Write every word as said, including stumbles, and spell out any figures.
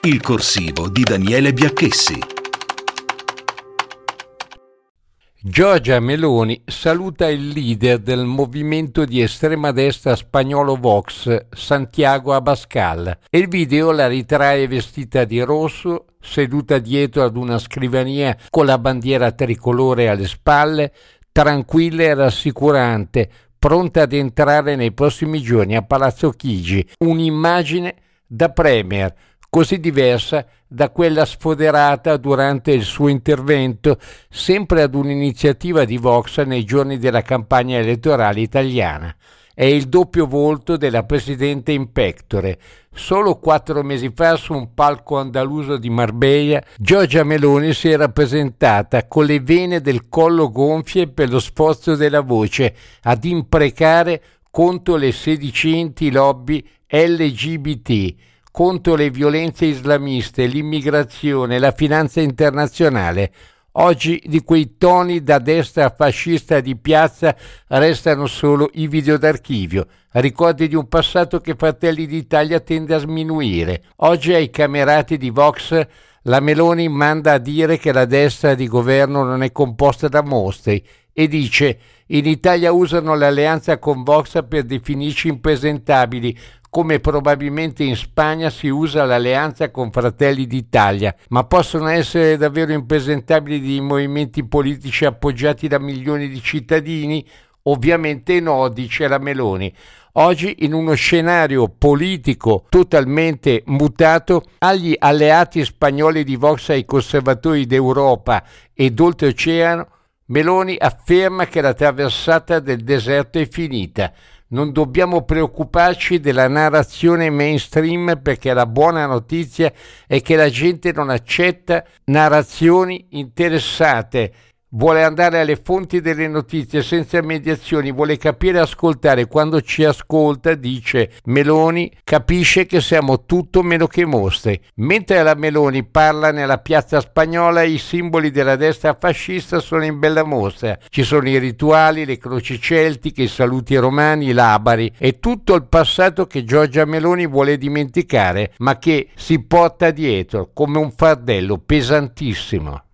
Il corsivo di Daniele Biacchessi. Giorgia Meloni saluta il leader del movimento di estrema destra spagnolo Vox, Santiago Abascal, e il video la ritrae vestita di rosso, seduta dietro ad una scrivania con la bandiera tricolore alle spalle, tranquilla e rassicurante, pronta ad entrare nei prossimi giorni a Palazzo Chigi, un'immagine da premier, così diversa da quella sfoderata durante il suo intervento, sempre ad un'iniziativa di Vox nei giorni della campagna elettorale italiana. È il doppio volto della presidente in pectore. Solo quattro mesi fa, su un palco andaluso di Marbella, Giorgia Meloni si era presentata con le vene del collo gonfie per lo sforzo della voce, ad imprecare contro le sedicenti lobby L G B T, contro le violenze islamiste, l'immigrazione, la finanza internazionale. Oggi di quei toni da destra fascista di piazza restano solo i video d'archivio, ricordi di un passato che Fratelli d'Italia tende a sminuire. Oggi ai camerati di Vox la Meloni manda a dire che la destra di governo non è composta da mostri e dice: in Italia usano l'alleanza con Vox per definirci impresentabili, come probabilmente in Spagna si usa l'alleanza con Fratelli d'Italia, ma possono essere davvero impresentabili dei movimenti politici appoggiati da milioni di cittadini? Ovviamente no, dice la Meloni. Oggi, in uno scenario politico totalmente mutato, agli alleati spagnoli di Vox e ai conservatori d'Europa e d'oltreoceano, Meloni afferma che la traversata del deserto è finita. Non dobbiamo preoccuparci della narrazione mainstream, perché la buona notizia è che la gente non accetta narrazioni interessate, vuole andare alle fonti delle notizie senza mediazioni, vuole capire e ascoltare. Quando ci ascolta, dice Meloni, capisce che siamo tutto meno che mostri. Mentre la Meloni parla nella piazza spagnola, i simboli della destra fascista sono in bella mostra. Ci sono i rituali, le croci celtiche, i saluti romani, i labari e tutto il passato che Giorgia Meloni vuole dimenticare, ma che si porta dietro come un fardello pesantissimo.